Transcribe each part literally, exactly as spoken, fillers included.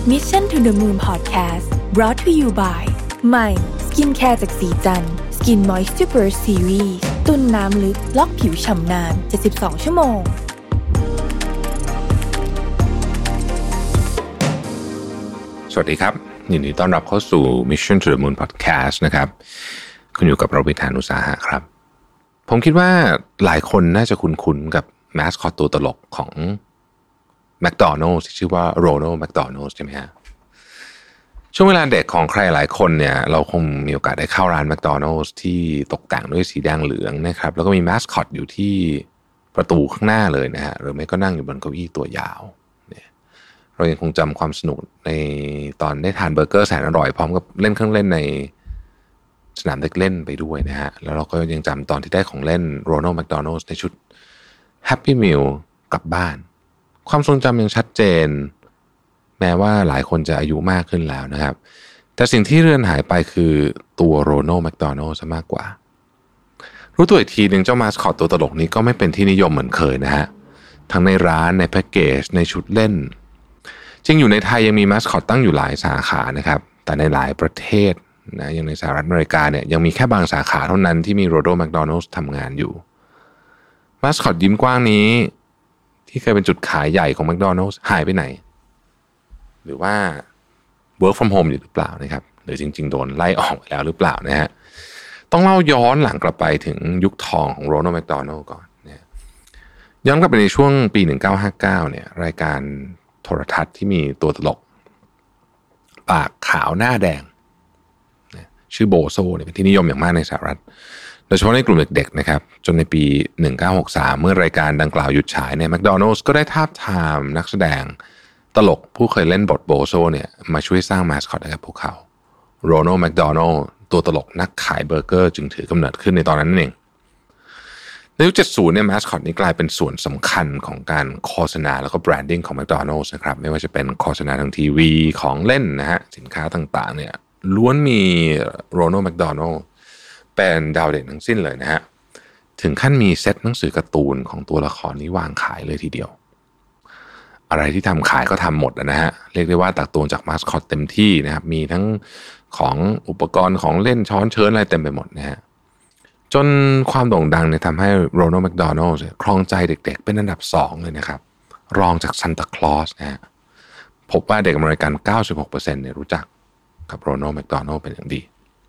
Mission to the Moon Podcast brought to you by ใหม่สกินแคร์จากสีจันทร์ Skin Moisture Burst Series ตุ้นน้ำลึกล็อกผิวฉ่ำนานเจ็ดสิบสองชั่วโมงสวัสดีครับยินดีต้อนรับเข้าสู่ Mission to the Moon Podcast นะครับคุณอยู่กับเราวิธานุสาหะครับผมคิดว่าหลายคนน่าจะคุ้นๆกับมาสคอตตัวตลกของ McDonald's ที่ชื่อว่า Ronald McDonald ใช่ไหมฮะช่วงเวลาเด็กของใครหลายคนเนี่ยเราคงมีโอกาสได้เข้าร้าน McDonald's ที่ตกแต่งด้วยสีแดงเหลืองนะครับแล้วก็มีมาสคอตอยู่ที่ประตูข้างหน้าเลยนะฮะหรือไม่ก็นั่งอยู่บนเก้าอี้ตัวยาวเรายังคงจำความสนุกในตอนได้ทานเบอร์เกอร์แสนอร่อยพร้อมกับเล่นเครื่องเล่นในสนามเด็กเล่นไปด้วยนะฮะแล้วเราก็ยังจำตอนที่ได้ของเล่น Ronald McDonald ในชุด Happy Meal กลับบ้านความทรงจำยังชัดเจนแม้ว่าหลายคนจะอายุมากขึ้นแล้วนะครับแต่สิ่งที่เรือนหายไปคือตัว Ronald McDonald ซะมากกว่ารู้ตัวอีกทีนึงเจ้ามาสคอตตัวตลกนี้ก็ไม่เป็นที่นิยมเหมือนเคยนะฮะทั้งในร้านในแพ็กเกจในชุดเล่นจริงอยู่ในไทยยังมีมาสคอตตั้งอยู่หลายสาขานะครับแต่ในหลายประเทศนะอย่างในสหรัฐอเมริกาเนี่ยยังมีแค่บางสาขาเท่านั้นที่มี Ronald McDonald ทำงานอยู่มาสคอตยิ้มกว้างนี้ที่เคยเป็นจุดขายใหญ่ของ McDonald หายไปไหนหรือว่า work from home อยู่หรือเปล่านะครับหรือจริงๆโดนไล่ออกไปแล้วหรือเปล่านะฮะต้องเล่าย้อนหลังกลับไปถึงยุคทองของ Ronald McDonald ก่อนนะย้อนกลับไปในช่วงปีหนึ่งเก้าห้าเก้าเนี่ยรายการโทรทัศน์ที่มีตัวตลกปากขาวหน้าแดงชื่อโบโซเนี่ยเป็นที่นิยมอย่างมากในสหรัฐโดยเฉพาะในกลุ่มเด็กๆนะครับจนในปีหนึ่งเก้าหกสามเมื่อรายการดังกล่าวหยุดฉายเนี่ย McDonald's ก็ได้ทาบทามนักแสดงตลกผู้เคยเล่นบทโบโซเนี่ยมาช่วยสร้างมาสคอตให้กับพวกเขา Ronald McDonald ตัวตลกนักขายเบอร์เกอร์จึงถือกำเนิดขึ้นในตอนนั้นเองในยุคเจ็ดสิบเนี่ยมาสคอตนี้กลายเป็นส่วนสำคัญของการโฆษณาแล้วก็แบรนดิ้งของ McDonald's นะครับไม่ว่าจะเป็นโฆษณาทางทีวีของเล่นนะฮะสินค้าต่างๆเนี่ยล้วนมี Ronald McDonald เป็นดาวเด่นทั้งสิ้นเลยนะฮะถึงขั้นมีเซตหนังสือการ์ตูนของตัวละครนี้วางขายเลยทีเดียวอะไรที่ทำขายก็ทำหมดนะฮะเรียกได้ว่าตักตวงจากมาสคอตเต็มที่นะครับมีทั้งของอุปกรณ์ของเล่นช้อนเชิญอะไรเต็มไปหมดนะฮะจนความโด่งดังเนี่ยทำให้ Ronald McDonald ครองใจเด็กๆเป็นอันดับสองเลยนะครับรองจากซันตาคลอสนะฮะพบว่าเด็กอเมริกัน เก้าสิบหกเปอร์เซ็นต์ เนี่ยรู้จักกับ Ronald McDonald เป็นอย่างดี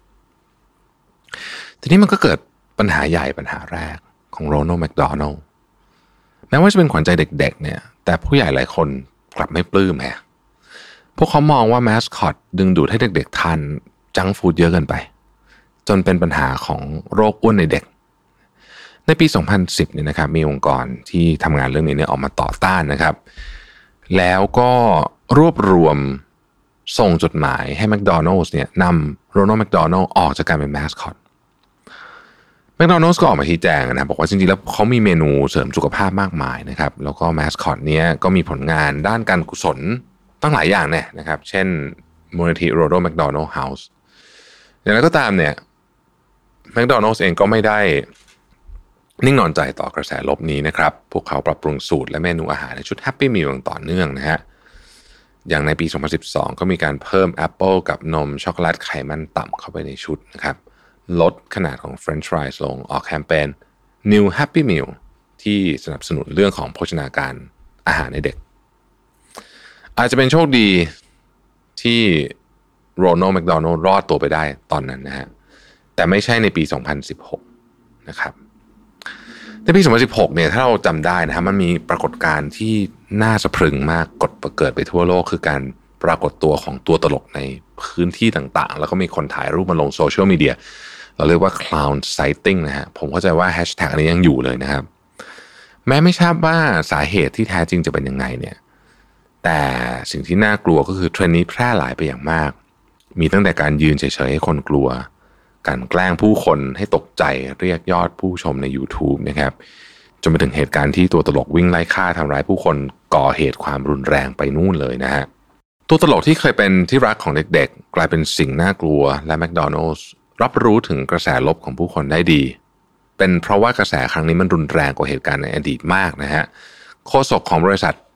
ทีนี้มันก็เกิดปัญหาใหญ่ปัญหาแรกของ Ronald McDonald แม้ว่าจะเป็นขวัญใจเด็กๆเนี่ยแต่ผู้ใหญ่หลายคนกลับไม่ปลื้มแฮะพวกเขามองว่ามาสคอตดึงดูดให้เด็กๆทานจังก์ฟู้ดเยอะเกินไปจนเป็นปัญหาของโรคอ้วนในเด็กในปีสองพันสิบเนี่ยนะครับมีองค์กรที่ทำงานเรื่องนี้เนี่ยออกมาต่อต้านนะครับแล้วก็รวบรวมส่งจดหมายให้ McDonald's เนี่ยนำ Ronald McDonald ออกจากการเป็นมาสคอต McDonald's ก็ออกมาชี้แจงนะบอกว่าจริงๆแล้วเขามีเมนูเสริมสุขภาพมากมายนะครับแล้วก็มาสคอตเนี้ยก็มีผลงานด้านการกุศลตั้งหลายอย่างเนี่ยนะครับเช่นมูลนิธิ Ronald McDonald House อย่างไรก็ตามเนี่ยMcDonald's เองก็ไม่ได้นิ่งนอนใจต่อกระแสลบนี้นะครับพวกเขาปรับปรุงสูตรและเมนูอาหารในชุด Happy Meal อย่างต่อเนื่องนะฮะอย่างในปีสองพันสิบสองก็มีการเพิ่มแอปเปิลกับนมช็อกโกแลตไขมันต่ำเข้าไปในชุดนะครับลดขนาดของ French fries ลงออกแคมเปญ New Happy Meal ที่สนับสนุนเรื่องของโภชนาการอาหารในเด็กอาจจะเป็นโชคดีที่ Ronald McDonald รอดตัวไปได้ตอนนั้นนะฮะแต่ไม่ใช่ในปีสองพันสิบหกนะครับในปีสองพันสิบหกเนี่ยถ้าเราจำได้นะครับมันมีปรากฏการณ์ที่น่าสะพรึงมากกดเกิดไปทั่วโลกคือการปรากฏตัวของตัวตลกในพื้นที่ต่างๆแล้วก็มีคนถ่ายรูปมาลงโซเชียลมีเดียเราเรียกว่า clown sighting นะฮะผมเข้าใจว่าแฮชแท็กอันนี้ยังอยู่เลยนะครับแม้ไม่ทราบว่าสาเหตุที่แท้จริงจะเป็นยังไงเนี่ยแต่สิ่งที่น่ากลัวก็คือเทรนด์นี้แพร่หลายไปอย่างมากมีตั้งแต่การยืนเฉยๆให้คนกลัวการแกล้งผู้คนให้ตกใจเรียกยอดผู้ชมใน YouTube นะครับจนไปถึงเหตุการณ์ที่ตัวตลกวิ่งไล่ฆ่าทำร้ายผู้คนก่อเหตุความรุนแรงไปนู่นเลยนะฮะตัวตลกที่เคยเป็นที่รักของเด็กๆกลายเป็นสิ่งน่ากลัวและ McDonald's รับรู้ถึงกระแสลบของผู้คนได้ดีเป็นเพราะว่ากระแสครั้งนี้มันรุนแรงกว่าเหตุการณ์ในอดีตมากนะฮะโฆษกของบริษัท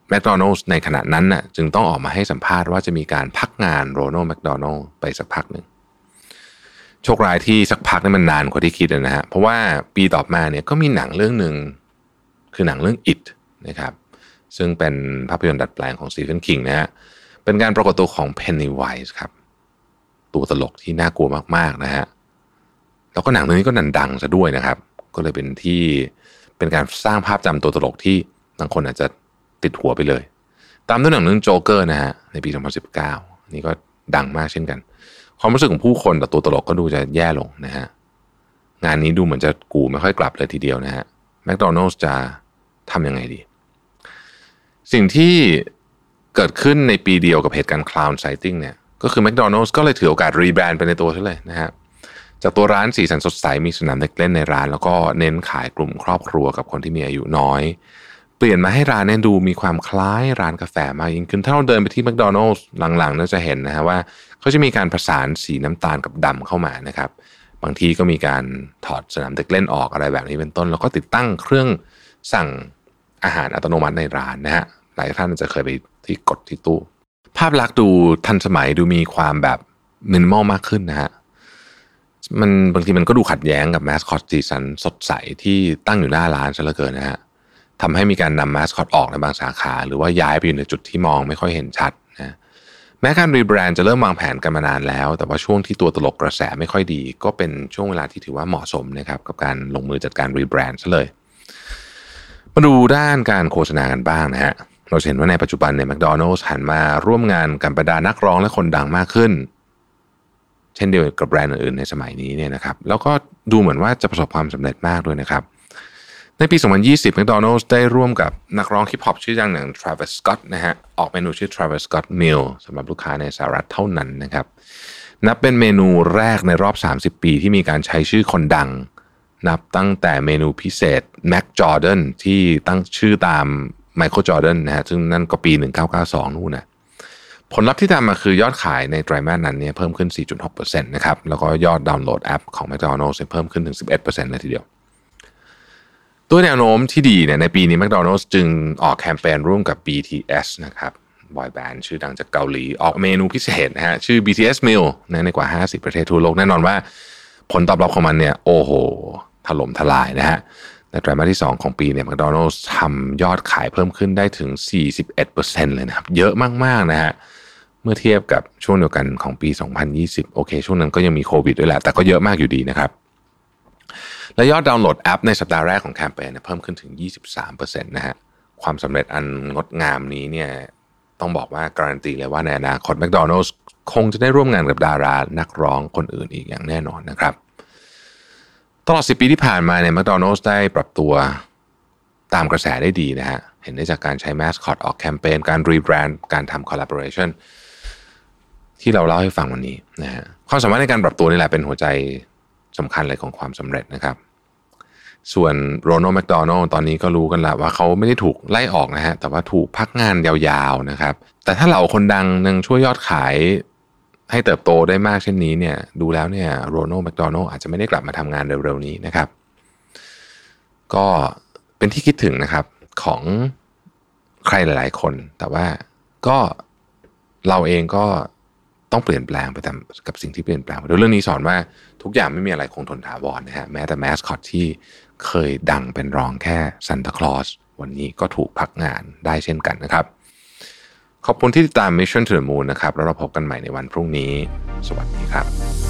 McDonald's ในขณะนั้นน่ะจึงต้องออกมาให้สัมภาษณ์ว่าจะมีการพักงานโรนัลด์แมคโดนัลด์ไปสักพักหนึ่งโชคร้ายที่สักพักนี่มันนานกว่าที่คิดนะฮะเพราะว่าปีต่อมาเนี่ยก็มีหนังเรื่องหนึ่งคือหนังเรื่อง It นะครับซึ่งเป็นภาพยนตร์ดัดแปลงของสตีเฟนคิงนะฮะเป็นการปรากฏตัวของ Pennywise ครับตัวตลกที่น่ากลัวมากๆนะฮะแล้วก็หนังเรื่องนี้ก็ดังซะด้วยนะครับก็เลยเป็นที่เป็นการสร้างภาพจำตัวตลกที่บางคนอาจจะติดหัวไปเลยตามด้วยหนังเรื่องโจ๊กเกอร์นะฮะในปีสองพันสิบเก้านี่ก็ดังมากเช่นกันความรู้สึกของผู้คนต่อตัวตลกก็ดูจะแย่ลงนะฮะงานนี้ดูเหมือนจะกูไม่ค่อยกลับเลยทีเดียวนะฮะแมคโดนัลด์จะทำยังไงดีสิ่งที่เกิดขึ้นในปีเดียวกับเหตุการณ์ Clown Sighting เนี่ยก็คือแมคโดนัลด์ก็เลยถือโอกาสรีแบรนด์ไปในตัวซะเลยนะฮะจากตัวร้านสีสันสดใสมีสนามเด็กเล่นในร้านแล้วก็เน้นขายกลุ่มครอบครัวกับคนที่มีอายุน้อยเปลี่ยนมาให้ร้านเนี่ยดูมีความคล้ายร้านกาแฟมากยิ่งขึ้นถ้าเราเดินไปที่แมคโดนัลด์หลังๆน่าจะเห็นนะฮะว่าเขาจะมีการผสานสีน้ำตาลกับดำเข้ามานะครับบางทีก็มีการถอดสนามเด็กเล่นออกอะไรแบบนี้เป็นต้นแล้วก็ติดตั้งเครื่องสั่งอาหารอัตโนมัติในร้านนะฮะหลายท่านจะเคยไปที่กดที่ตู้ภาพลักษณ์ดูทันสมัยดูมีความแบบมินิมอลมากขึ้นนะฮะมันบางทีมันก็ดูขัดแย้งกับแมสคอตสีสันสดใสที่ตั้งอยู่หน้าร้านซะเหลือเกินนะฮะทำให้มีการนำแมสคอตออกในบางสาขาหรือว่าย้ายไปอยู่ในจุดที่มองไม่ค่อยเห็นชัดนะแม้การรีแบรนด์จะเริ่มวางแผนกันมานานแล้วแต่ว่าช่วงที่ตัวตลกกระแสไม่ค่อยดีก็เป็นช่วงเวลาที่ถือว่าเหมาะสมนะครับกับการลงมือจัดการรีแบรนด์ซะเลยมาดูด้านการโฆษณากันบ้างนะฮะเราเห็นว่าในปัจจุบันเนี่ยแมคโดนัลด์หันมาร่วมงานกับบรรดานักร้องและคนดังมากขึ้นเช่นเดียวกับแบรนด์อื่นๆในสมัยนี้เนี่ยนะครับแล้วก็ดูเหมือนว่าจะประสบความสำเร็จมากด้วยนะครับในปีสองพันยี่สิบ McDonald's ได้ร่วมกับนักร้องฮิปฮอปชื่อดังอย่าง Travis Scott นะฮะออกเมนูชื่อ Travis Scott Meal สำหรับลูกค้าในสหรัฐเท่านั้นนะครับนับเป็นเมนูแรกในรอบสามสิบปีที่มีการใช้ชื่อคนดังนับตั้งแต่เมนูพิเศษ Mac Jordan ที่ตั้งชื่อตาม Michael Jordan นะฮะซึ่งนั่นก็ปีหนึ่งพันเก้าร้อยเก้าสิบสองนู่นนะผลลัพธ์ที่ตามมาคือยอดขายในไตรมาสนั้นเนี่ยเพิ่มขึ้น สี่จุดหกเปอร์เซ็นต์ นะครับแล้วก็ยอดดาวน์โหลดแอปของ McDonald's เพิ่มขึ้นถึง สิบเอ็ดเปอร์เซ็นต์ เลยทีเดียวด้วยแนวโน้มที่ดีเนี่ยในปีนี้ McDonald's จึงออกแคมเปญร่วมกับ บี ที เอส นะครับบอยแบนด์ชื่อดังจากเกาหลีออกเมนูพิเศษนะฮะชื่อ บี ที เอส Meal นะในกว่าห้าสิบประเทศทั่วโลกแน่นอนว่าผลตอบรับของมันเนี่ยโอ้โหถล่มทลายนะฮะในไตรมาสที่สองของปีเนี่ย McDonald's ทำยอดขายเพิ่มขึ้นได้ถึง สี่สิบเอ็ดเปอร์เซ็นต์ เลยนะครับเยอะมากๆนะฮะเมื่อเทียบกับช่วงเดียวกันของปีสองพันยี่สิบโอเคช่วงนั้นก็ยังมีโควิดด้วยแหละแต่ก็เยอะมากอยู่ดีนะครับและยอดดาวน์โหลดแอปในสัปดาห์แรกของแคมเปญเนี่ยเพิ่มขึ้นถึง ยี่สิบสามเปอร์เซ็นต์ นะฮะความสำเร็จอันงดงามนี้เนี่ยต้องบอกว่าการันตีเลยว่าในอนาคต McDonald's คงจะได้ร่วมงานกับดารานักร้องคนอื่นอีกอย่างแน่นอนนะครับตลอดสิบปีที่ผ่านมาเนี่ย McDonald's ได้ปรับตัวตามกระแสได้ดีนะฮะเห็นได้จากการใช้แมสคอตออกแคมเปญการรีแบรนด์การทำคอลลาบอเรชั่นที่เราเล่าให้ฟังวันนี้นะฮะความสามารถในการปรับตัวนี่แหละเป็นหัวใจสำคัญเลยของความสำเร็จนะครับส่วนโรนัลด์แมคโดนัลด์ตอนนี้ก็รู้กันแล้วว่าเขาไม่ได้ถูกไล่ออกนะฮะแต่ว่าถูกพักงานยาวๆนะครับแต่ถ้าเหล่าคนดังยังช่วยยอดขายให้เติบโตได้มากเช่นนี้เนี่ยดูแล้วเนี่ยโรนัลด์แมคโดนัลด์อาจจะไม่ได้กลับมาทำงานเร็วๆนี้นะครับก็เป็นที่คิดถึงนะครับของใครหลายๆคนแต่ว่าก็เราเองก็ต้องเปลี่ยนแปลงไปตามกับสิ่งที่เปลี่ยนแปลงโดยเรื่องนี้สอนว่าทุกอย่างไม่มีอะไรคงทนถาวรนะฮะแม้แต่แมสคอตที่เคยดังเป็นรองแค่ซันตาคลอสวันนี้ก็ถูกพักงานได้เช่นกันนะครับขอบคุณที่ติดตาม Mission to the Moon นะครับแล้วเราพบกันใหม่ในวันพรุ่งนี้สวัสดีครับ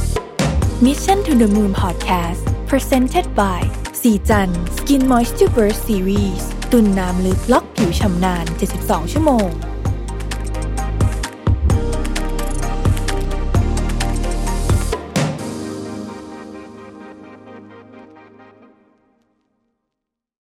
Mission to the Moon Podcast Presented by สีจัน Skin Moisture Burst Series ตุ่นน้ำลึกล็อกผิวชำนานเจ็ดสิบสองชั่วโมง